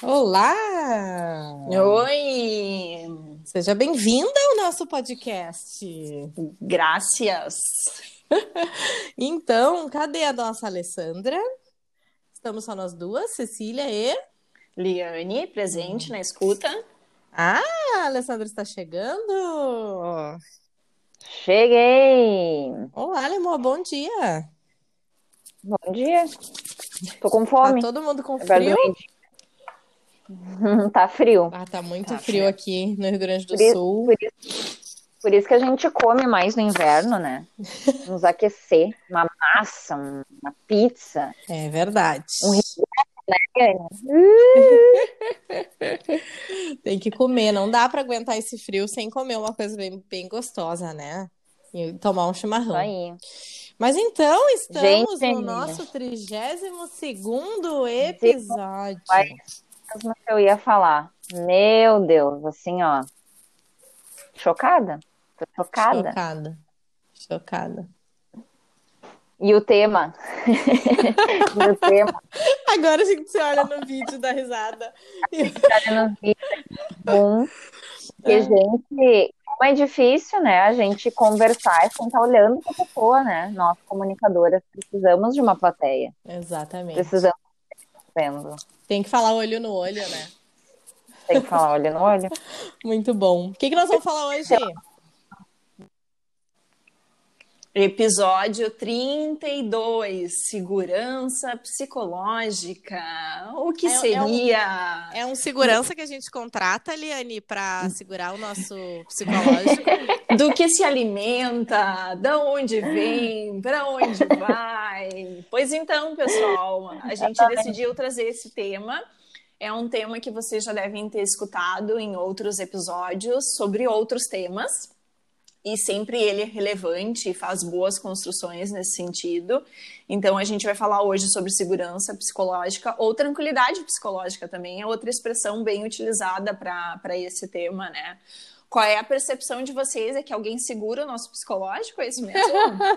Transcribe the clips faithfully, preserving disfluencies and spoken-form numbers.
Olá! Oi! Seja bem-vinda ao nosso podcast. Graças! Então, cadê a nossa Alessandra? Estamos só nós duas, Cecília e... Liane, presente hum. na escuta. Ah, a Alessandra está chegando! Cheguei! Olá, Lemô, bom dia! Bom dia! Tô com fome. Tá todo mundo com É frio? Tá frio. Ah, tá muito tá frio, frio aqui no Rio Grande do por isso, Sul. Por isso, por isso que a gente come mais no inverno, né? Nos aquecer. Uma massa, uma pizza. É verdade. Um risoto, né? Tem que comer, não dá pra aguentar esse frio sem comer uma coisa bem, bem gostosa, né? E tomar um chimarrão. Aí. Mas então, estamos Gente, no nosso trigésimo segundo episódio. Mas eu ia falar. Meu Deus, assim, ó. Chocada? Tô chocada. Chocada. Chocada. E o tema? e o tema? Agora a gente olha no vídeo da risada. Olha no vídeo. Um, que, é. gente, como é difícil, né? A gente conversar sem estar olhando para a pessoa, né? Nós, comunicadoras, precisamos de uma plateia. Exatamente. Precisamos de vendo. Tem que falar olho no olho, né? Tem que falar olho no olho. Muito bom. O que, que nós vamos falar hoje? Episódio trinta e dois, segurança psicológica. O que é, seria? É um, é um segurança que a gente contrata, Liane, para segurar o nosso psicológico. Do que se alimenta, de onde vem, para onde vai. Pois então, pessoal, a gente decidiu trazer esse tema. É um tema que vocês já devem ter escutado em outros episódios sobre outros temas. E sempre ele é relevante e faz boas construções nesse sentido. Então, a gente vai falar hoje sobre segurança psicológica ou tranquilidade psicológica também. É outra expressão bem utilizada para esse tema, né? Qual é a percepção de vocês? É que alguém segura o nosso psicológico? É isso mesmo?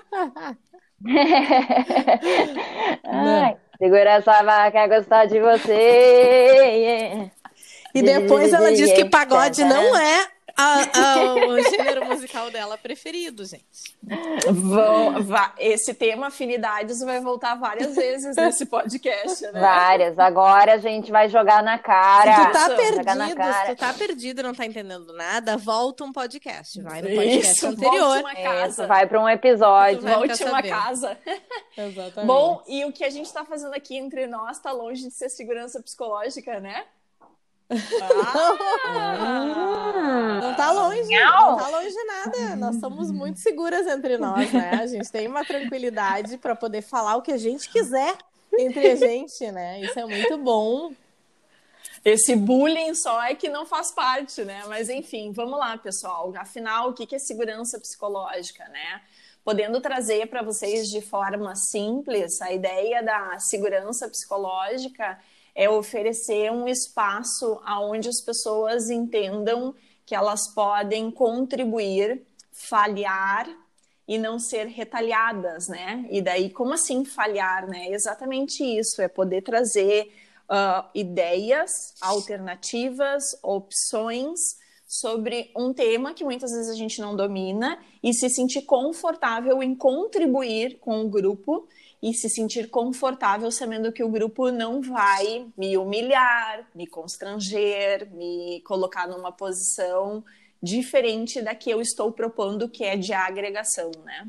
Ai, segura essa vaca, gostar de você. E depois ela diz que pagode não é A, a, o gênero musical dela preferido, gente. Vão, vá, esse tema afinidades vai voltar várias vezes nesse podcast, né? Várias. Agora a gente vai jogar na cara. Se tu tá perdido, se tu tá perdido e não tá entendendo nada, volta um podcast. Vai no podcast Isso, anterior. Volte uma casa. Isso, vai para um episódio. Volte uma casa. Exatamente. Bom, e o que a gente tá fazendo aqui entre nós tá longe de ser segurança psicológica, né? Ah, não tá longe, não tá longe de nada. Nós somos muito seguras entre nós, né? A gente tem uma tranquilidade para poder falar o que a gente quiser entre a gente, né? Isso é muito bom. Esse bullying só é que não faz parte, né? Mas enfim, vamos lá, pessoal. Afinal, o que é segurança psicológica, né? Podendo trazer para vocês de forma simples a ideia da segurança psicológica é oferecer um espaço onde as pessoas entendam que elas podem contribuir, falhar e não ser retalhadas, né? E daí, como assim falhar, né? Exatamente isso, é poder trazer uh, ideias, alternativas, opções sobre um tema que muitas vezes a gente não domina e se sentir confortável em contribuir com o grupo e se sentir confortável sabendo que o grupo não vai me humilhar, me constranger, me colocar numa posição diferente da que eu estou propondo, que é de agregação, né?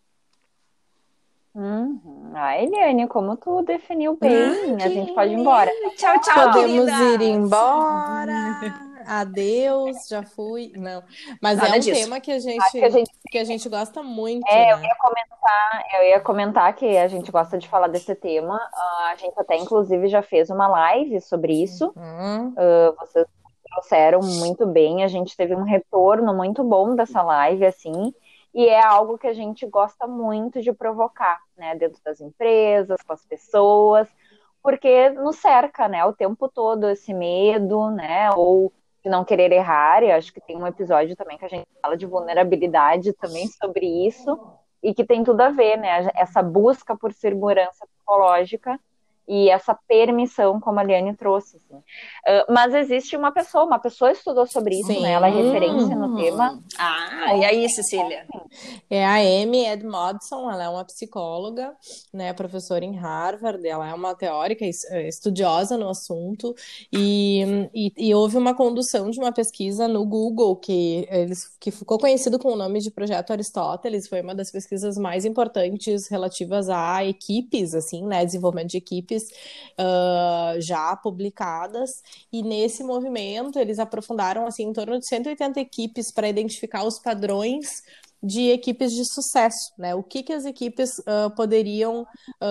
Uhum. Ah, Eliane, como tu definiu bem, ah, a gente pode ir embora. Tchau, tchau, Podemos querida. ir embora. Adeus, já fui. Não, mas Nada é um disso. tema que a gente, que a gente que a gente gosta muito. É, né? eu ia comentar, eu ia comentar que a gente gosta de falar desse tema. Uh, a gente até, inclusive, já fez uma live sobre isso. Uhum. Uh, vocês trouxeram muito bem. A gente teve um retorno muito bom dessa live, assim. E é algo que a gente gosta muito de provocar, né? Dentro das empresas, com as pessoas, porque nos cerca, né? O tempo todo esse medo, né? Ou de não querer errar. E acho que tem um episódio também que a gente fala de vulnerabilidade também sobre isso, e que tem tudo a ver, né? Essa busca por segurança psicológica e essa permissão, como a Liane trouxe. Assim. Uh, mas existe uma pessoa, uma pessoa estudou sobre isso, Sim. né? Ela é referência no tema. Ah, e aí, Cecília? É a Amy Edmondson, ela é uma psicóloga, né, professora em Harvard, ela é uma teórica estudiosa no assunto, e, e, e houve uma condução de uma pesquisa no Google, que, eles, que ficou conhecido com o nome de Projeto Aristóteles, foi uma das pesquisas mais importantes relativas a equipes, assim, né, desenvolvimento de equipes uh, já publicadas, e nesse movimento eles aprofundaram, assim, em torno de cento e oitenta equipes para identificar os padrões de equipes de sucesso, né? O que, que as equipes uh, poderiam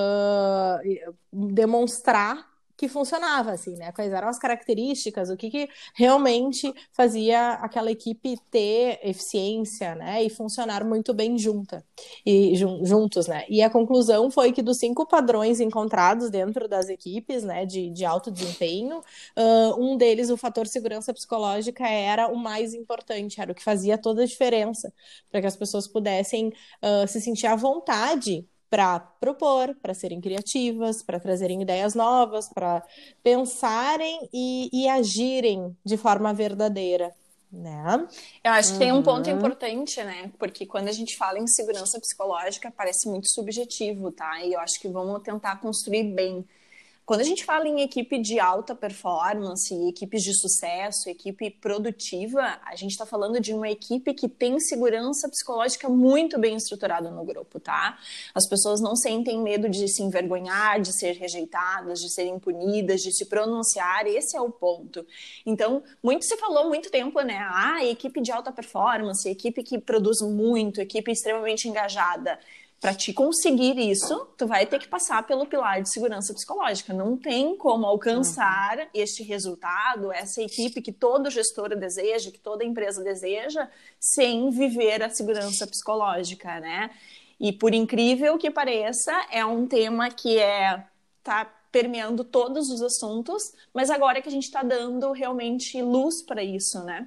uh, demonstrar que funcionava, assim, né? Quais eram as características, o que, que realmente fazia aquela equipe ter eficiência, né? E funcionar muito bem junta, e, jun, juntos, né? E a conclusão foi que dos cinco padrões encontrados dentro das equipes, né, de, de alto desempenho, uh, um deles, o fator segurança psicológica, era o mais importante, era o que fazia toda a diferença para que as pessoas pudessem uh, se sentir à vontade para propor, para serem criativas, para trazerem ideias novas, para pensarem e, e agirem de forma verdadeira, né? Eu acho que uhum. tem um ponto importante, né? Porque quando a gente fala em segurança psicológica, parece muito subjetivo, tá? E eu acho que vamos tentar construir bem. Quando a gente fala em equipe de alta performance, equipes de sucesso, equipe produtiva, a gente está falando de uma equipe que tem segurança psicológica muito bem estruturada no grupo, tá? As pessoas não sentem medo de se envergonhar, de ser rejeitadas, de serem punidas, de se pronunciar, esse é o ponto. Então, muito se falou muito tempo, né? Ah, equipe de alta performance, equipe que produz muito, equipe extremamente engajada. Para te conseguir isso, tu vai ter que passar pelo pilar de segurança psicológica. Não tem como alcançar uhum. este resultado, essa equipe que todo gestor deseja, que toda empresa deseja, sem viver a segurança psicológica, né? E por incrível que pareça, é um tema que é tá permeando todos os assuntos, mas agora que a gente está dando realmente luz para isso, né?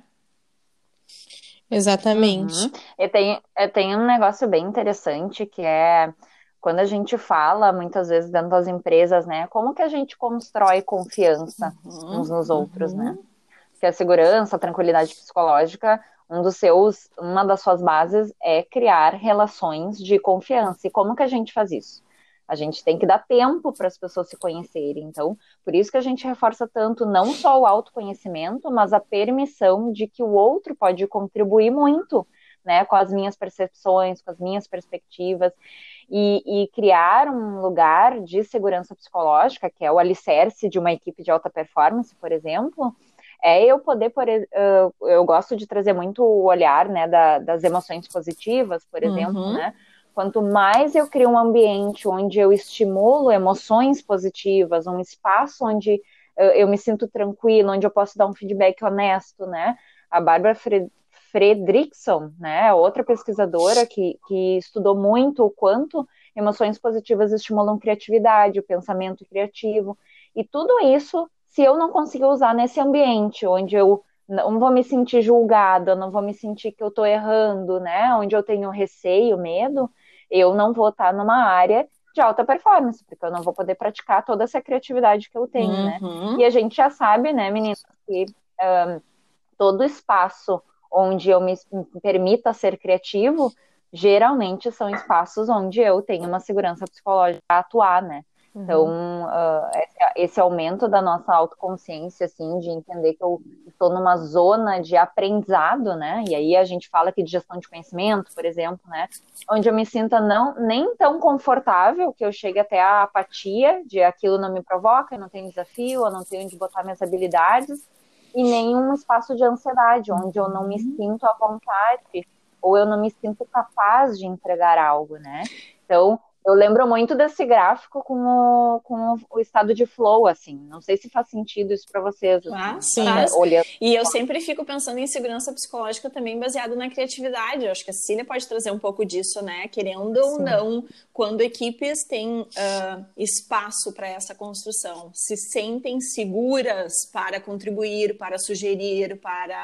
Exatamente. Uhum. E tem, tem um negócio bem interessante que é quando a gente fala, muitas vezes, dentro das empresas, né? Como que a gente constrói confiança uhum, uns nos outros, uhum. né? Porque a segurança, a tranquilidade psicológica, um dos seus, uma das suas bases é criar relações de confiança. E como que a gente faz isso? A gente tem que dar tempo para as pessoas se conhecerem. Então, por isso que a gente reforça tanto não só o autoconhecimento, mas a permissão de que o outro pode contribuir muito, né, com as minhas percepções, com as minhas perspectivas, e, e criar um lugar de segurança psicológica, que é o alicerce de uma equipe de alta performance, por exemplo, é eu poder, por, uh, eu gosto de trazer muito o olhar, né, da, das emoções positivas, por exemplo, uhum. né, quanto mais eu crio um ambiente onde eu estimulo emoções positivas, um espaço onde uh, eu me sinto tranquila, onde eu posso dar um feedback honesto, né? A Bárbara Fred- Fredrickson, né, outra pesquisadora que, que estudou muito o quanto emoções positivas estimulam criatividade, o pensamento criativo, e tudo isso, se eu não conseguir usar nesse ambiente onde eu não vou me sentir julgada, não vou me sentir que eu estou errando, né, onde eu tenho receio, medo, eu não vou estar numa área de alta performance, porque eu não vou poder praticar toda essa criatividade que eu tenho, uhum. né? E a gente já sabe, né, meninas, que um, todo espaço onde eu me permita ser criativo, geralmente são espaços onde eu tenho uma segurança psicológica para atuar, né? Uhum. Então, uh, esse, esse aumento da nossa autoconsciência, assim, de entender que eu estou numa zona de aprendizado, né? E aí a gente fala aqui de gestão de conhecimento, por exemplo, né? Onde eu me sinta não, nem tão confortável, que eu chegue até a apatia, de aquilo não me provoca, eu não tenho desafio, eu não tenho onde botar minhas habilidades, e nenhum espaço de ansiedade, onde eu não me sinto à vontade, ou eu não me sinto capaz de entregar algo, né? Então, eu lembro muito desse gráfico com o, com o estado de flow, assim. Não sei se faz sentido isso para vocês. Assim, ah, sim. Né? Olhando... E eu sempre fico pensando em segurança psicológica também baseado na criatividade. Eu acho que a Cecília pode trazer um pouco disso, né? Querendo ou não, quando equipes têm uh, espaço para essa construção, se sentem seguras para contribuir, para sugerir, para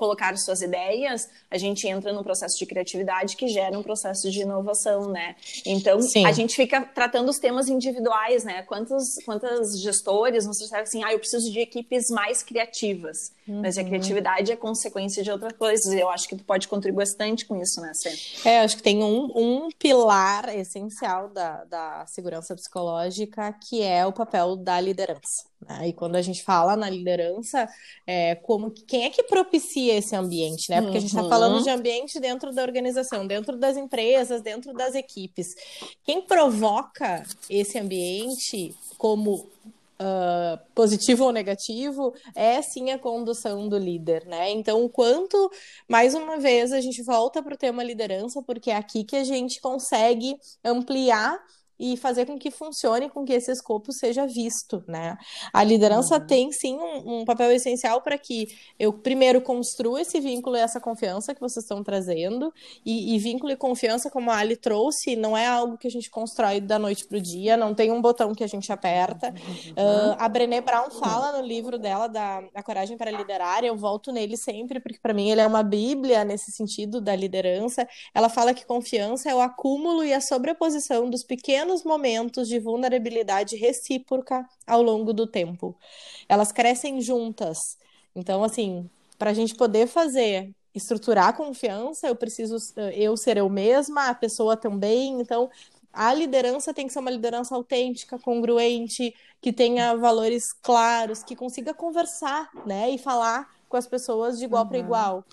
colocar suas ideias, a gente entra num processo de criatividade que gera um processo de inovação, né? Então, Sim. a gente fica tratando os temas individuais, né? Quantos, quantas gestores nos disseram assim, ah, eu preciso de equipes mais criativas. Uhum. Mas a criatividade é consequência de outras coisas. E eu acho que tu pode contribuir bastante com isso, né, Cê? É, acho que tem um, um pilar essencial da, da segurança psicológica, que é o papel da liderança. Né? E quando a gente fala na liderança, é, como, quem é que propicia esse ambiente, né? Porque a gente está falando de ambiente dentro da organização, dentro das empresas, dentro das equipes. Quem provoca esse ambiente como Uh, positivo ou negativo, é sim a condução do líder, né? Então, o quanto, mais uma vez, a gente volta para o tema liderança, porque é aqui que a gente consegue ampliar e fazer com que funcione, com que esse escopo seja visto, né? A liderança uhum. tem, sim, um, um papel essencial para que eu, primeiro, construa esse vínculo e essa confiança que vocês estão trazendo, e, e vínculo e confiança, como a Ali trouxe, não é algo que a gente constrói da noite para o dia, não tem um botão que a gente aperta. Uhum. Uh, a Brené Brown fala no livro dela, da A Coragem para Liderar, eu volto nele sempre, porque para mim ele é uma bíblia nesse sentido da liderança. Ela fala que confiança é o acúmulo e a sobreposição dos pequenos momentos de vulnerabilidade recíproca ao longo do tempo. Elas crescem juntas. Então, assim, para a gente poder fazer, estruturar a confiança, eu preciso eu ser eu mesma, a pessoa também. Então, a liderança tem que ser uma liderança autêntica, congruente, que tenha valores claros, que consiga conversar, né, e falar com as pessoas de igual uhum. para igual.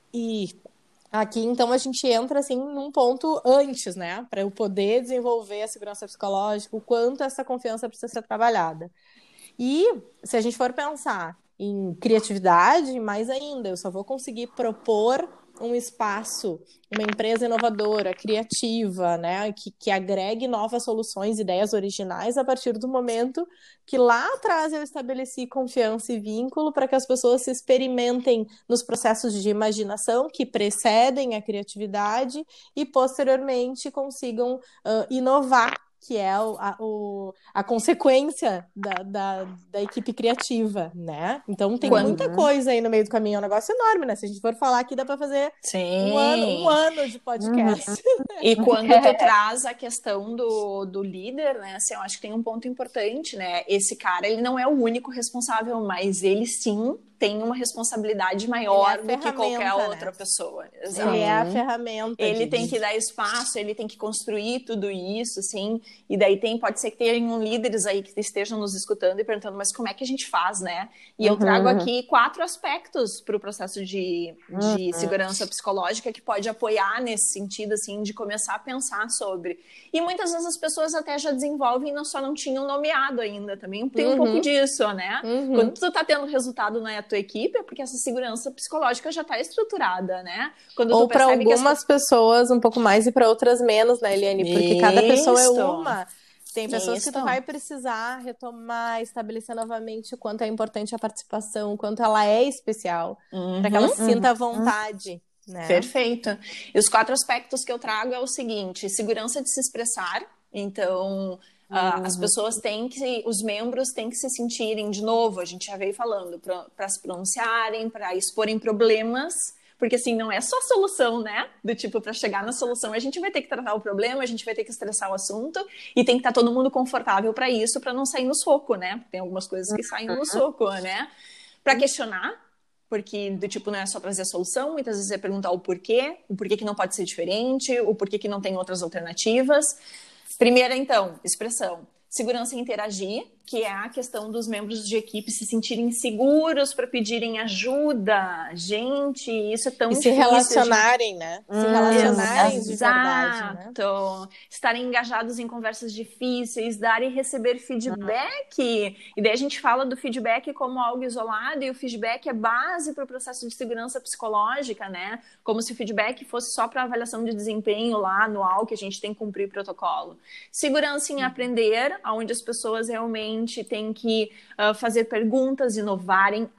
E aqui, então, a gente entra, assim, num ponto antes, né? Para eu poder desenvolver a segurança psicológica, o quanto essa confiança precisa ser trabalhada. E, se a gente for pensar em criatividade, mais ainda, eu só vou conseguir propor um espaço, uma empresa inovadora, criativa, né, que, que agregue novas soluções, ideias originais, a partir do momento que lá atrás eu estabeleci confiança e vínculo para que as pessoas se experimentem nos processos de imaginação que precedem a criatividade e, posteriormente, consigam uh, inovar, que é o, a, o, a consequência da, da, da equipe criativa, né? Então tem Quando... muita coisa aí no meio do caminho, é um negócio enorme, né? Se a gente for falar aqui, dá para fazer Sim. Um, ano, um ano de podcast. Uhum. E quando tu traz a questão do, do líder, né? Assim, eu acho que tem um ponto importante, né? Esse cara, ele não é o único responsável, mas ele sim tem uma responsabilidade maior é do que qualquer né? outra pessoa. Exato. Ele é a ferramenta. Ele de... tem que dar espaço, ele tem que construir tudo isso, assim, e daí tem, pode ser que tenham líderes aí que estejam nos escutando e perguntando, mas como é que a gente faz, né? E uhum. eu trago aqui quatro aspectos para o processo de, de uhum. segurança psicológica que pode apoiar nesse sentido, assim, de começar a pensar sobre. E muitas vezes as pessoas até já desenvolvem e só não tinham nomeado ainda, também tem um uhum. pouco disso, né? Uhum. Quando tu tá tendo resultado na tua equipe, é porque essa segurança psicológica já está estruturada, né? Quando Ou para algumas as... pessoas um pouco mais e para outras menos, né, Eliane? Porque Isso. cada pessoa é uma. Tem pessoas Isso. que tu vai precisar retomar, estabelecer novamente o quanto é importante a participação, o quanto ela é especial, uhum. para que ela se sinta à vontade. Uhum. Né? Perfeito. E os quatro aspectos que eu trago é o seguinte: segurança de se expressar. Então, Uh, uhum. as pessoas têm que, os membros têm que se sentirem, de novo, a gente já veio falando, para se pronunciarem, para exporem problemas, porque assim, não é só solução, né? Do tipo, para chegar na solução, a gente vai ter que tratar o problema, a gente vai ter que estressar o assunto, e tem que estar todo mundo confortável para isso, para não sair no soco, né? Tem algumas coisas que saem no soco, né? Para questionar, porque do tipo, não é só trazer a solução, muitas vezes é perguntar o porquê, o porquê que não pode ser diferente, o porquê que não tem outras alternativas. Primeira, então, expressão. Segurança em interagir, que é a questão dos membros de equipe se sentirem seguros para pedirem ajuda. Gente, isso é tão e difícil. E se relacionarem, gente... né? Hum, se relacionarem exato. de verdade, né? Estarem engajados em conversas difíceis, dar e receber feedback. Uhum. E daí a gente fala do feedback como algo isolado, e o feedback é base para o processo de segurança psicológica, né? Como se o feedback fosse só para avaliação de desempenho lá anual, que a gente tem que cumprir protocolo. Segurança em uhum. aprender, onde as pessoas realmente têm que uh, fazer perguntas, inovarem,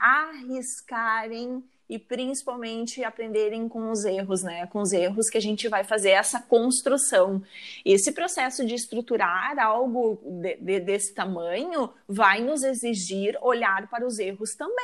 arriscarem e principalmente aprenderem com os erros, né? Com os erros que a gente vai fazer essa construção. Esse processo de estruturar algo de, de, desse tamanho vai nos exigir olhar para os erros também.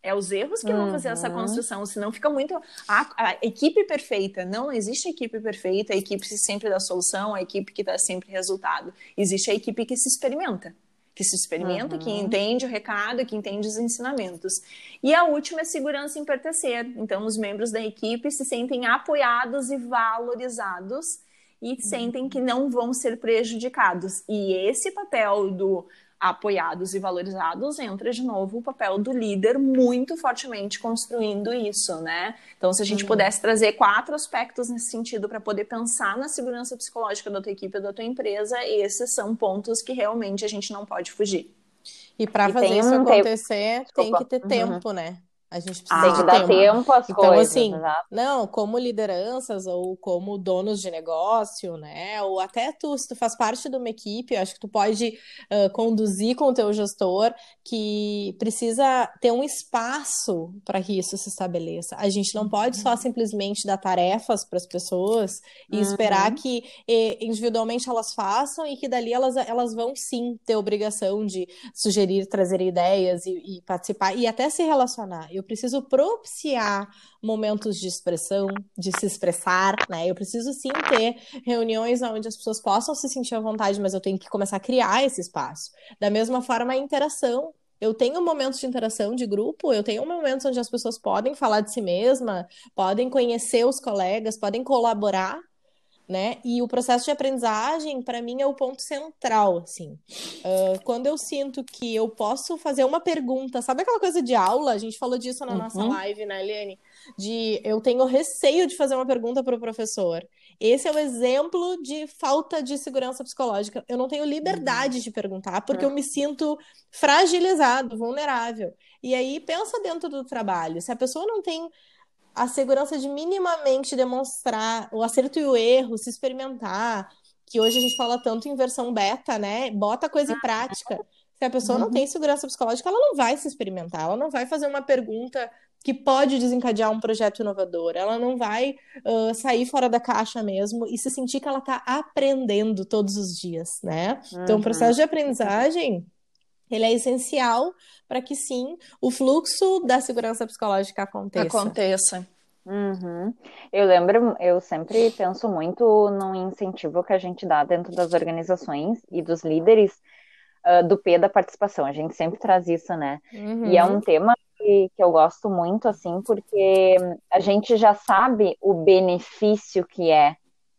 É os erros que vão fazer essa construção, senão fica muito... A, a equipe perfeita, não, não existe equipe perfeita, a equipe que sempre dá solução, a equipe que dá sempre resultado. Existe a equipe que se experimenta, que se experimenta, uhum. que entende o recado, que entende os ensinamentos. E a última é segurança em pertencer. Então, os membros da equipe se sentem apoiados e valorizados e uhum. sentem que não vão ser prejudicados. E esse papel do... apoiados e valorizados, entra de novo o papel do líder muito fortemente construindo isso, né? Então, se a gente uhum. pudesse trazer quatro aspectos nesse sentido para poder pensar na segurança psicológica da tua equipe e da tua empresa, esses são pontos que realmente a gente não pode fugir. E para fazer isso um acontecer, tempo. tem que ter uhum. tempo, né? A gente precisa tem que dar tempo às então, coisas. Assim, exato. Não, como lideranças ou como donos de negócio, né? Ou até tu, se tu faz parte de uma equipe, eu acho que tu pode uh, conduzir com o teu gestor, que precisa ter um espaço para que isso se estabeleça. A gente não pode só simplesmente dar tarefas para as pessoas e uhum. esperar que e, individualmente elas façam e que dali elas, elas vão sim ter obrigação de sugerir, trazer ideias e, e participar e até se relacionar. Eu preciso propiciar momentos de expressão, de se expressar, né? Eu preciso sim ter reuniões onde as pessoas possam se sentir à vontade, mas eu tenho que começar a criar esse espaço. Da mesma forma, a interação. Eu tenho momentos de interação de grupo, eu tenho momentos onde as pessoas podem falar de si mesma, podem conhecer os colegas, podem colaborar, né? E o processo de aprendizagem, para mim, é o ponto central, assim. Uh, quando eu sinto que eu posso fazer uma pergunta, sabe aquela coisa de aula? A gente falou disso na uhum. nossa live, né, Eliane? De eu tenho receio de fazer uma pergunta para o professor. Esse é o exemplo de falta de segurança psicológica. Eu não tenho liberdade uhum. de perguntar, porque uhum. eu me sinto fragilizado, vulnerável. E aí, pensa dentro do trabalho. Se a pessoa não tem a segurança de minimamente demonstrar o acerto e o erro, se experimentar, que hoje a gente fala tanto em versão beta, né? Bota a coisa em prática. Se a pessoa uhum. não tem segurança psicológica, ela não vai se experimentar, ela não vai fazer uma pergunta que pode desencadear um projeto inovador, ela não vai uh, sair fora da caixa mesmo e se sentir que ela está aprendendo todos os dias, né? Uhum. Então, o processo de aprendizagem... ele é essencial para que, sim, o fluxo da segurança psicológica aconteça. Aconteça. Uhum. Eu lembro, eu sempre penso muito no incentivo que a gente dá dentro das organizações e dos líderes uh, do P da participação. A gente sempre traz isso, né? Uhum. E é um tema que, que eu gosto muito, assim, porque a gente já sabe o benefício que é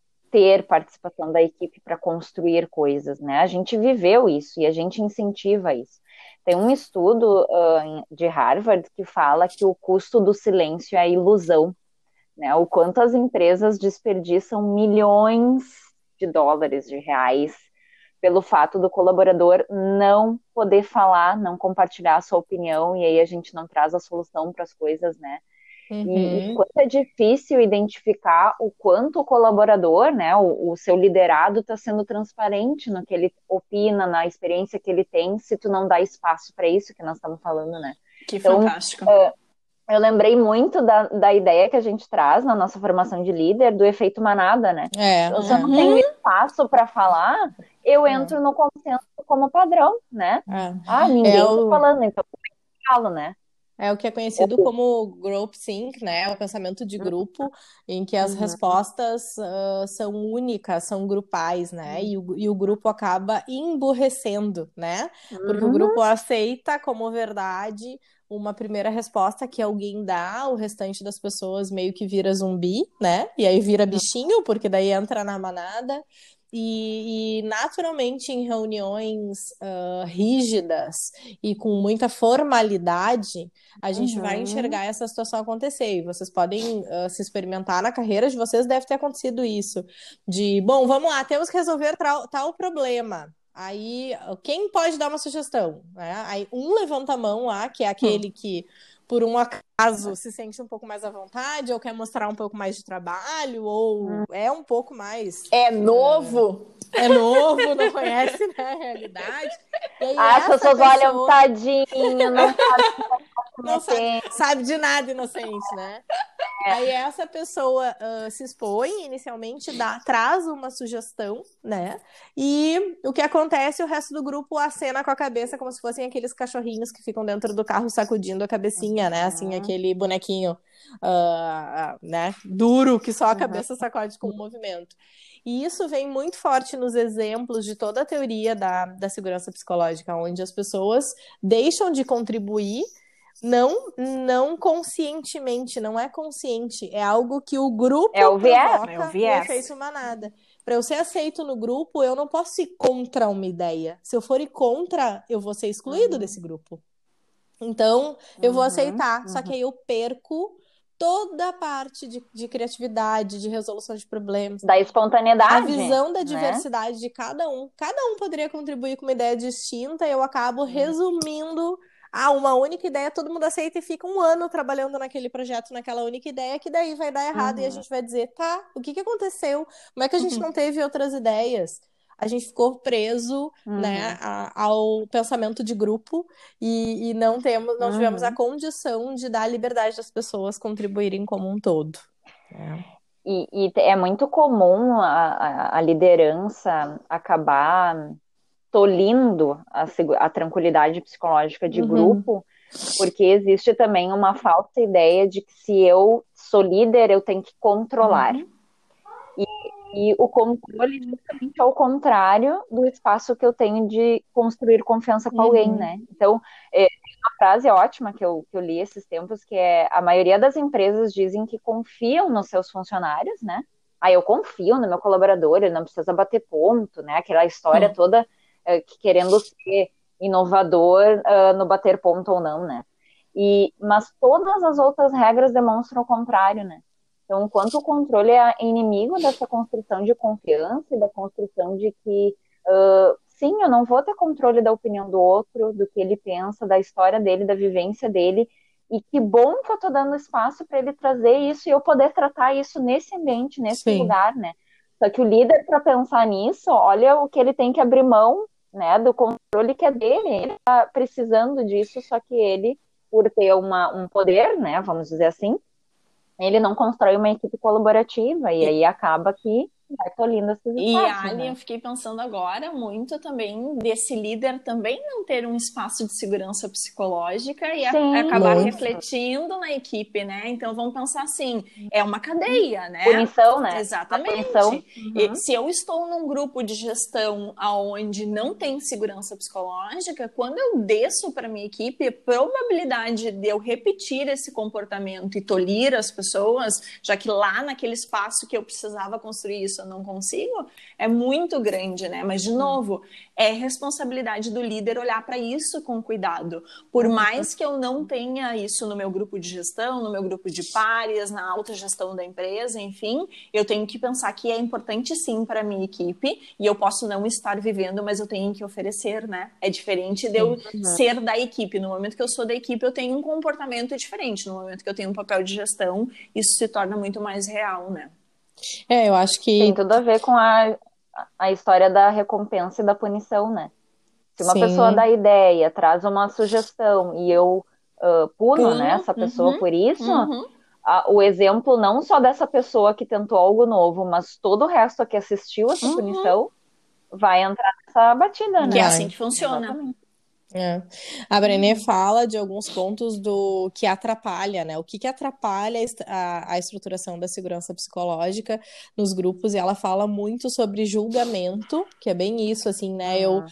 ter participação da equipe para construir coisas, né? A gente viveu isso e a gente incentiva isso. Tem um estudo uh, de Harvard que fala que o custo do silêncio é a ilusão, né? O quanto as empresas desperdiçam milhões de dólares, de reais, pelo fato do colaborador não poder falar, não compartilhar a sua opinião, e aí a gente não traz a solução para as coisas, né? Uhum. E, e quanto é difícil identificar o quanto o colaborador, né, o, o seu liderado está sendo transparente no que ele opina, na experiência que ele tem, se tu não dá espaço para isso que nós estamos falando, né? Que então, fantástico. Uh, eu lembrei muito da, da ideia que a gente traz na nossa formação de líder, do efeito manada, né? É. Então, se eu não tenho espaço para falar, eu entro é. no consenso como padrão, né? É. Ah, ninguém é o... tá falando, então eu falo, né? É o que é conhecido como groupthink, né? O pensamento de grupo, em que as uhum. respostas uh, são únicas, são grupais, né? Uhum. E, o, e o grupo acaba emburrecendo, né? Porque uhum. o grupo aceita como verdade uma primeira resposta que alguém dá, o restante das pessoas meio que vira zumbi, né? E aí vira bichinho, porque daí entra na manada. E, e naturalmente em reuniões uh, rígidas e com muita formalidade, a gente uhum. vai enxergar essa situação acontecer. E vocês podem uh, se experimentar na carreira de vocês, deve ter acontecido isso. De, bom, vamos lá, temos que resolver tal, tal problema. Aí, quem pode dar uma sugestão? Né? Aí um levanta a mão lá, que é aquele hum. que, por um acaso, se sente um pouco mais à vontade, ou quer mostrar um pouco mais de trabalho, ou hum. é um pouco mais... É novo! É, é novo, não conhece, né, a realidade. E aí, as pessoas pessoa... olham, tadinho, não sabe, não sabe, sabe de nada, inocente, né? Aí essa pessoa uh, se expõe inicialmente, dá, traz uma sugestão, né? E o que acontece, o resto do grupo acena com a cabeça como se fossem aqueles cachorrinhos que ficam dentro do carro sacudindo a cabecinha, né? Assim, aquele bonequinho uh, uh, né? duro que só a cabeça sacode com o movimento. E isso vem muito forte nos exemplos de toda a teoria da, da segurança psicológica, onde as pessoas deixam de contribuir Não, não conscientemente, não é consciente, é algo que o grupo é o viés, provoca é o viés. o efeito manada. Para eu ser aceito no grupo, eu não posso ir contra uma ideia. Se eu for ir contra, eu vou ser excluído uhum. desse grupo. Então, eu uhum, vou aceitar, uhum. só que aí eu perco toda a parte de, de criatividade, de resolução de problemas. Da espontaneidade. A visão da né? diversidade de cada um. Cada um poderia contribuir com uma ideia distinta e eu acabo resumindo... Ah, uma única ideia, todo mundo aceita e fica um ano trabalhando naquele projeto, naquela única ideia, que daí vai dar errado uhum. e a gente vai dizer, tá, o que que aconteceu? Como é que a gente uhum. não teve outras ideias? A gente ficou preso, uhum. né, a, ao pensamento de grupo e, e não, temos, não uhum. tivemos a condição de dar a liberdade das pessoas contribuírem como um todo. É. E, e é muito comum a, a, a liderança acabar... tolindo a, a tranquilidade psicológica de uhum. grupo, porque existe também uma falsa ideia de que se eu sou líder, eu tenho que controlar. Uhum. E, e o controle justamente é o contrário do espaço que eu tenho de construir confiança com uhum. alguém, né? Então, é uma frase ótima que eu, que eu li esses tempos, que é, a maioria das empresas dizem que confiam nos seus funcionários, né? Ah, eu confio no meu colaborador, ele não precisa bater ponto, né? Aquela história uhum. toda querendo ser inovador uh, no bater ponto ou não, né? E, mas todas as outras regras demonstram o contrário, né? Então, enquanto o controle é inimigo dessa construção de confiança e da construção de que, uh, sim, eu não vou ter controle da opinião do outro, do que ele pensa, da história dele, da vivência dele, e que bom que eu tô dando espaço para ele trazer isso e eu poder tratar isso nesse ambiente, nesse sim. lugar, né? Só que o líder, para pensar nisso, olha o que ele tem que abrir mão, né, do controle que é dele. Ele está precisando disso, só que ele, por ter uma, um poder, né, vamos dizer assim, ele não constrói uma equipe colaborativa e, e aí acaba que vai tolindo esses espaços. E, Ali, né? eu fiquei pensando agora muito também desse líder também não ter um espaço de segurança psicológica e Sim, a, acabar muito. refletindo na equipe, né? Então, vamos pensar assim, é uma cadeia, né? Punição, né? Exatamente. Punição. Uhum. E, se eu estou num grupo de gestão onde não tem segurança psicológica, quando eu desço para minha equipe, a probabilidade de eu repetir esse comportamento e tolir as pessoas, já que lá naquele espaço que eu precisava construir isso, eu não consigo, é muito grande, né? Mas, de novo, é responsabilidade do líder olhar para isso com cuidado. Por mais que eu não tenha isso no meu grupo de gestão, no meu grupo de pares, na alta gestão da empresa, enfim, eu tenho que pensar que é importante sim para a minha equipe e eu posso não estar vivendo, mas eu tenho que oferecer, né? É diferente de eu uhum. ser da equipe. No momento que eu sou da equipe, eu tenho um comportamento diferente. No momento que eu tenho um papel de gestão, isso se torna muito mais real, né? É, eu acho que... Tem tudo a ver com a, a história da recompensa e da punição, né? Se uma Sim. pessoa dá ideia, traz uma sugestão e eu uh, puno, puno né, essa pessoa uhum, por isso, uhum. a, o exemplo não só dessa pessoa que tentou algo novo, mas todo o resto que assistiu essa uhum. punição vai entrar nessa batida, né? Que é assim que funciona. Exatamente. É. A Brené fala de alguns pontos do que atrapalha, né? O que, que atrapalha a, a estruturação da segurança psicológica nos grupos, e ela fala muito sobre julgamento, que é bem isso, assim, né? Eu,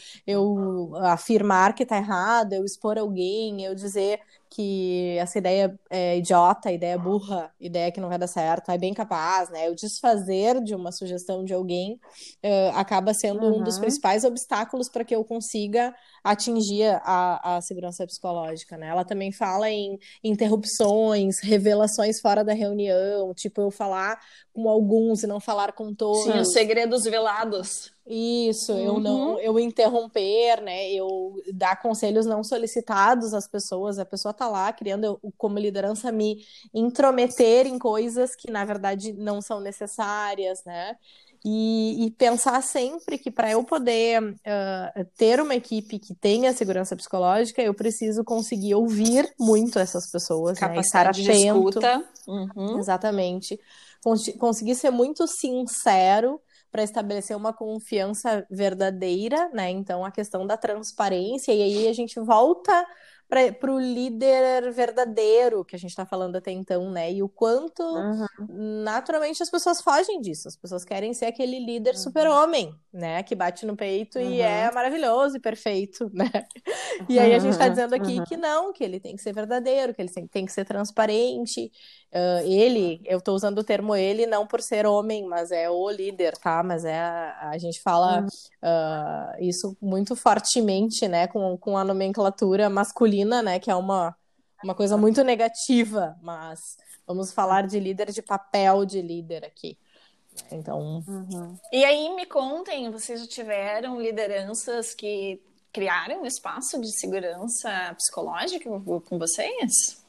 eu afirmar que tá errado, eu expor alguém, eu dizer que essa ideia é idiota, ideia burra, ideia que não vai dar certo, é bem capaz, né? O desfazer de uma sugestão de alguém uh, acaba sendo uhum. um dos principais obstáculos para que eu consiga atingir a, a segurança psicológica, né? Ela também fala em interrupções, revelações fora da reunião, tipo eu falar com alguns e não falar com todos. Sim, os segredos velados. Isso, uhum. eu não, eu interromper, né, eu dar conselhos não solicitados às pessoas, a pessoa tá lá criando, eu, como liderança, me intrometer em coisas que, na verdade, não são necessárias, né, E, e pensar sempre que para eu poder uh, ter uma equipe que tenha segurança psicológica, eu preciso conseguir ouvir muito essas pessoas, né? Estar Capacidade de atento. escuta. Uhum. Exatamente. Cons- conseguir ser muito sincero para estabelecer uma confiança verdadeira, né? Então, a questão da transparência, e aí a gente volta para o líder verdadeiro que a gente está falando até então, né? E o quanto, Uhum. naturalmente, as pessoas fogem disso. As pessoas querem ser aquele líder Uhum. super-homem, né? Que bate no peito Uhum. e é maravilhoso e perfeito, né? E aí a gente está dizendo aqui Uhum. que não, que ele tem que ser verdadeiro, que ele tem, tem que ser transparente. Uh, ele, eu estou usando o termo ele não por ser homem, mas é o líder, tá? Mas é a, a gente fala uh, isso muito fortemente, né? Com, com a nomenclatura masculina, né? Que é uma, uma coisa muito negativa, mas vamos falar de líder, de papel de líder aqui. Então... Uhum. E aí, me contem, vocês já tiveram lideranças que criaram um espaço de segurança psicológica com vocês?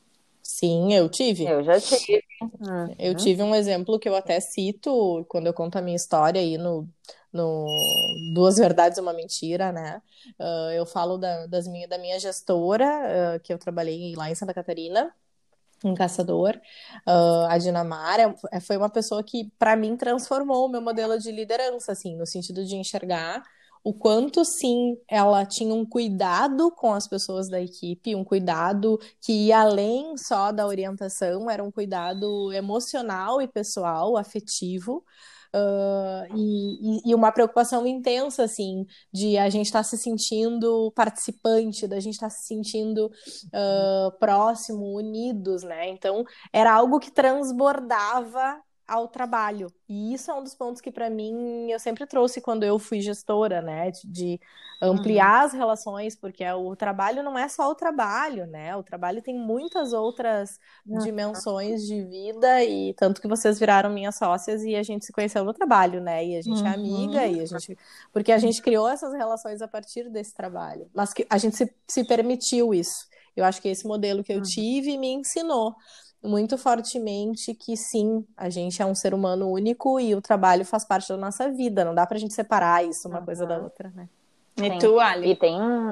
Sim, eu tive. Eu já tive. Uhum. Eu tive um exemplo que eu até cito quando eu conto a minha história aí no, no Duas Verdades e uma Mentira, né? Uh, eu falo da, das minha, da minha gestora, uh, que eu trabalhei lá em Santa Catarina, um caçador, uh, a Dinamara, foi uma pessoa que, para mim, transformou o meu modelo de liderança, assim, no sentido de enxergar o quanto, sim, ela tinha um cuidado com as pessoas da equipe, um cuidado que ia além só da orientação, era um cuidado emocional e pessoal, afetivo, uh, e, e uma preocupação intensa, assim, de a gente estar tá se sentindo participante, da gente estar tá se sentindo uh, próximo, unidos, né? Então, era algo que transbordava ao trabalho. E isso é um dos pontos que, para mim, eu sempre trouxe quando eu fui gestora, né? De, de ampliar uhum. as relações, porque o trabalho não é só o trabalho, né? O trabalho tem muitas outras uhum. dimensões de vida, e tanto que vocês viraram minhas sócias e a gente se conheceu no trabalho, né? E a gente uhum. é amiga, e a gente... porque a gente criou essas relações a partir desse trabalho. Mas que a gente se, se permitiu isso. Eu acho que esse modelo que eu uhum. tive me ensinou muito fortemente que sim, a gente é um ser humano único e o trabalho faz parte da nossa vida, não dá pra gente separar isso uma uhum. coisa da outra, né? E sim. tu, Ali? E tem,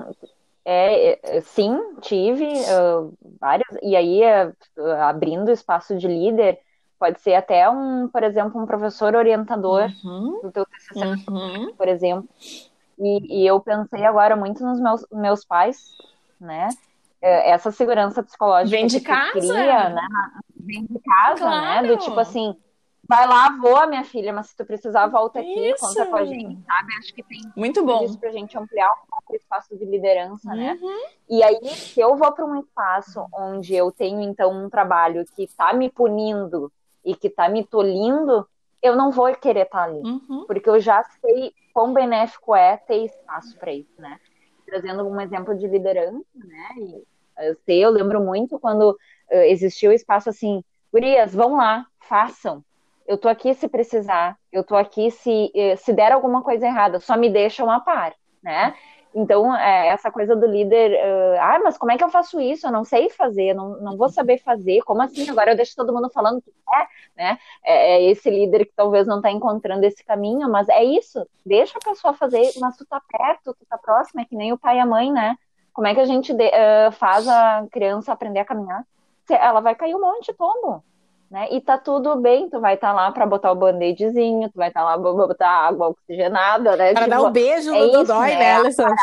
é, sim, tive uh, vários, e aí uh, abrindo espaço de líder, pode ser até um, por exemplo, um professor orientador uhum. do teu T C C, uhum. por exemplo, e, e eu pensei agora muito nos meus, meus pais, né? Essa segurança psicológica vem de que casa, cria, né? Vem de casa, claro. né? Do tipo assim, vai lá, voa, minha filha, mas se tu precisar, volta aqui, isso. conta com a gente, sabe? Acho que tem muito bom isso pra gente ampliar um pouco o espaço de liderança, uhum. né? E aí, se eu vou para um espaço onde eu tenho, então, um trabalho que tá me punindo e que tá me tolindo, eu não vou querer estar ali. Uhum. Porque eu já sei quão benéfico é ter espaço para isso, né? Trazendo um exemplo de liderança, né? E eu sei, eu lembro muito quando uh, existiu o espaço assim, gurias, vão lá, façam. Eu tô aqui se precisar, eu tô aqui se, se der alguma coisa errada, só me deixam a par, né? Então, é, essa coisa do líder, uh, ah, mas como é que eu faço isso? Eu não sei fazer, eu não, não vou saber fazer, como assim? Agora eu deixo todo mundo falando que é, né? É, é esse líder que talvez não tá encontrando esse caminho, mas é isso, deixa a pessoa fazer, mas tu tá perto, tu tá próximo, é que nem o pai e a mãe, né? Como é que a gente de, uh, faz a criança aprender a caminhar? Ela vai cair um monte de tombo, né? E tá tudo bem, tu vai estar tá lá para botar o band-aidzinho, tu vai estar tá lá para botar água oxigenada, né? Para tipo, dar um beijo é no isso, dodói, né, né, Alessandra?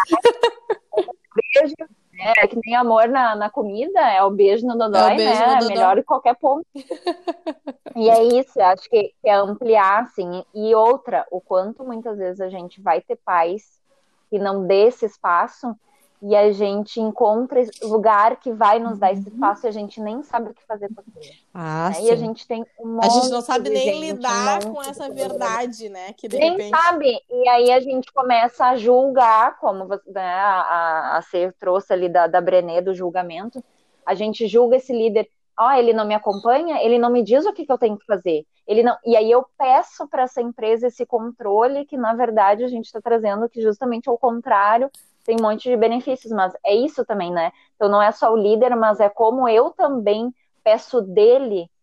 Beijo, né? É que nem amor na, na comida, é o beijo no dodói, é beijo né? no dodói. É melhor em qualquer ponto. E é isso, eu acho que é ampliar, assim. E outra, o quanto muitas vezes a gente vai ter pais que não dê esse espaço e a gente encontra lugar que vai nos dar esse espaço e a gente nem sabe o que fazer com aquilo. Ah, né? sim. E a gente tem um monte A gente não sabe de nem gente, lidar um com essa verdade, né? Que de nem repente... sabe. E aí a gente começa a julgar, como né, a, a Cê trouxe ali da, da Brené, do julgamento. A gente julga esse líder. Ó, oh, ele não me acompanha, ele não me diz o que, que eu tenho que fazer. Ele não... E aí eu peço para essa empresa esse controle que, na verdade, a gente está trazendo que justamente ao contrário, tem um monte de benefícios, mas é isso também, né? Então não é só o líder, mas é como eu também peço dele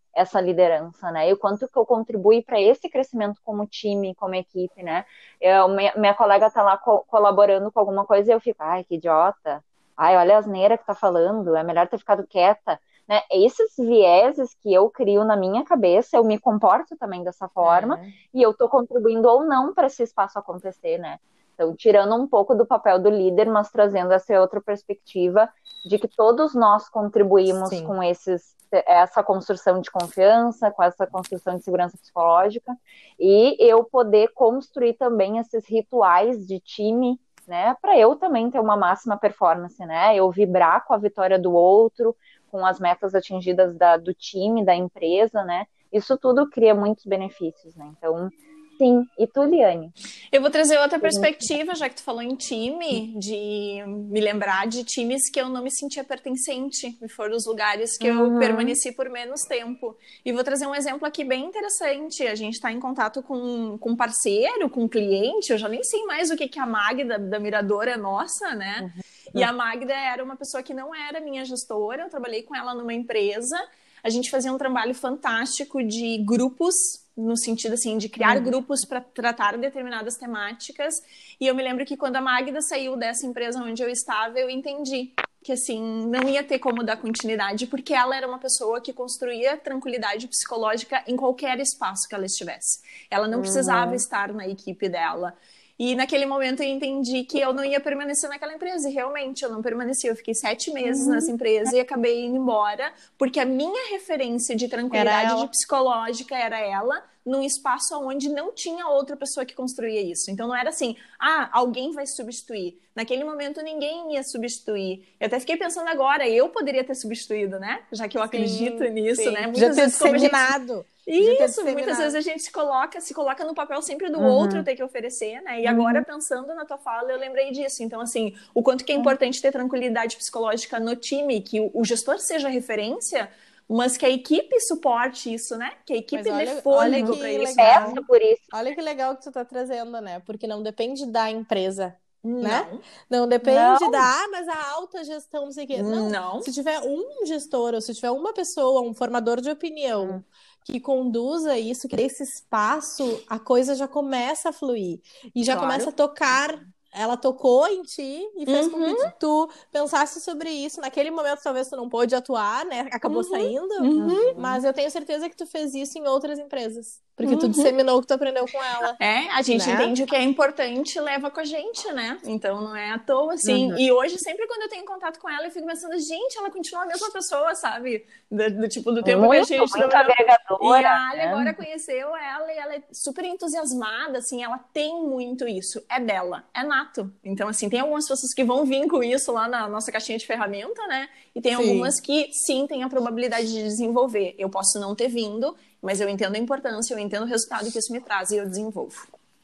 essa liderança, né? E o quanto que eu contribuí para esse crescimento como time, como equipe, né? Eu, minha, minha colega tá lá co- colaborando com alguma coisa e eu fico, ai, que idiota. Ai, olha a asneira que tá falando, é melhor ter ficado quieta, né? Esses vieses que eu crio na minha cabeça, eu me comporto também dessa forma É. e eu tô contribuindo ou não para esse espaço acontecer, né? Então, tirando um pouco do papel do líder, mas trazendo essa outra perspectiva de que todos nós contribuímos Sim. com esses, essa construção de confiança, com essa construção de segurança psicológica, e eu poder construir também esses rituais de time, né, para eu também ter uma máxima performance, né, eu vibrar com a vitória do outro, com as metas atingidas da, do time, da empresa, né, isso tudo cria muitos benefícios, né, então... Sim, e tu, Liane? Eu vou trazer outra perspectiva, já que tu falou em time, de me lembrar de times que eu não me sentia pertencente, e foram os lugares que eu Uhum. permaneci por menos tempo. E vou trazer um exemplo aqui bem interessante. A gente está em contato com, com um parceiro, com um cliente, eu já nem sei mais o que, que a Magda da Mirador é nossa, né? Uhum. E a Magda era uma pessoa que não era minha gestora, eu trabalhei com ela numa empresa, a gente fazia um trabalho fantástico de grupos, no sentido assim de criar uhum. grupos para tratar determinadas temáticas, e eu me lembro que quando a Magda saiu dessa empresa onde eu estava, eu entendi que assim, não ia ter como dar continuidade, porque ela era uma pessoa que construía tranquilidade psicológica em qualquer espaço que ela estivesse. Ela não uhum. precisava estar na equipe dela. E naquele momento eu entendi que eu não ia permanecer naquela empresa. E realmente eu não permaneci. Eu fiquei sete meses uhum. nessa empresa e acabei indo embora, porque a minha referência de tranquilidade de psicológica era ela, num espaço onde não tinha outra pessoa que construía isso. Então não era assim, ah, alguém vai substituir. Naquele momento ninguém ia substituir. Eu até fiquei pensando agora, eu poderia ter substituído, né? Já que eu sim, acredito nisso, sim. né? Muitas Já ter vezes disseminado. Gente... Isso, muitas vezes a gente se coloca, se coloca no papel sempre do uhum. outro ter que oferecer, né? E uhum. agora, pensando na tua fala, eu lembrei disso. Então, assim, o quanto que é importante ter tranquilidade psicológica no time, que o, o gestor seja referência, mas que a equipe suporte isso, né? Que a equipe olha, dê fôlego para isso. Peça por isso. Olha que legal que tu tá trazendo, né? Porque não depende da empresa. Não. Né? Não depende não. da, ah, mas a alta gestão, não sei o quê. Não. não. Se tiver um gestor, ou se tiver uma pessoa, um formador de opinião hum. que conduza isso, que dê esse espaço, a coisa já começa a fluir. E já claro. começa a tocar. Ela tocou em ti e fez uhum. com que tu pensasse sobre isso. Naquele momento, talvez tu não pôde atuar, né? Acabou uhum. saindo. Uhum. Mas eu tenho certeza que tu fez isso em outras empresas. Porque uhum. tu disseminou o que tu aprendeu com ela. É, a gente né? entende o que é importante e leva com a gente, né? Então não é à toa, assim. Uhum. E hoje, sempre quando eu tenho contato com ela, eu fico pensando, gente, ela continua a mesma pessoa, sabe? Do, do tipo, do tempo muito, que a gente muito agregadora. E a Ali né? agora conheceu ela e ela é super entusiasmada, assim, ela tem muito isso. É dela, é nato. Então, assim, tem algumas pessoas que vão vir com isso lá na nossa caixinha de ferramenta, né? E tem sim. algumas que, sim, tem a probabilidade de desenvolver. Eu posso não ter vindo, mas eu entendo a importância, eu entendo o resultado que isso me traz e eu desenvolvo.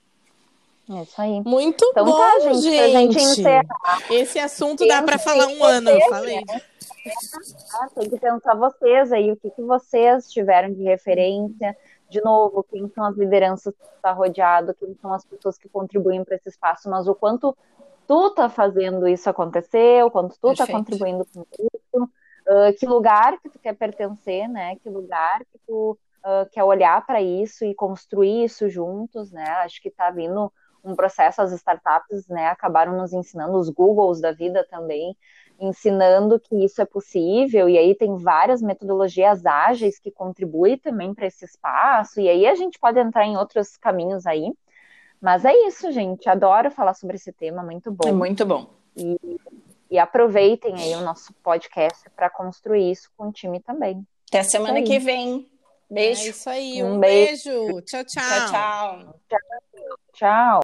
É isso aí. Muito então, bom, tá, gente. gente. Pra gente encerrar. Esse assunto dá para falar um ano, eu falei. Né? Ah, tem que pensar vocês aí, o que, que vocês tiveram de referência. De novo, quem são as lideranças que tu tá rodeado, quem são as pessoas que contribuem para esse espaço, mas o quanto tu tá fazendo isso acontecer, o quanto tu Perfeito. Tá contribuindo com isso, uh, que lugar que tu quer pertencer, né? Que lugar que tu uh, quer olhar para isso e construir isso juntos, né? Acho que tá vindo um processo, as startups, né, acabaram nos ensinando, os Googles da vida também, ensinando que isso é possível, e aí tem várias metodologias ágeis que contribuem também para esse espaço, e aí a gente pode entrar em outros caminhos aí, mas é isso, gente, adoro falar sobre esse tema, muito bom. É muito bom. E, e aproveitem aí o nosso podcast para construir isso com o time também. Até semana que vem. Beijo. É isso aí, um, um beijo. beijo. Tchau, tchau. Tchau, tchau. Tchau. Tchau.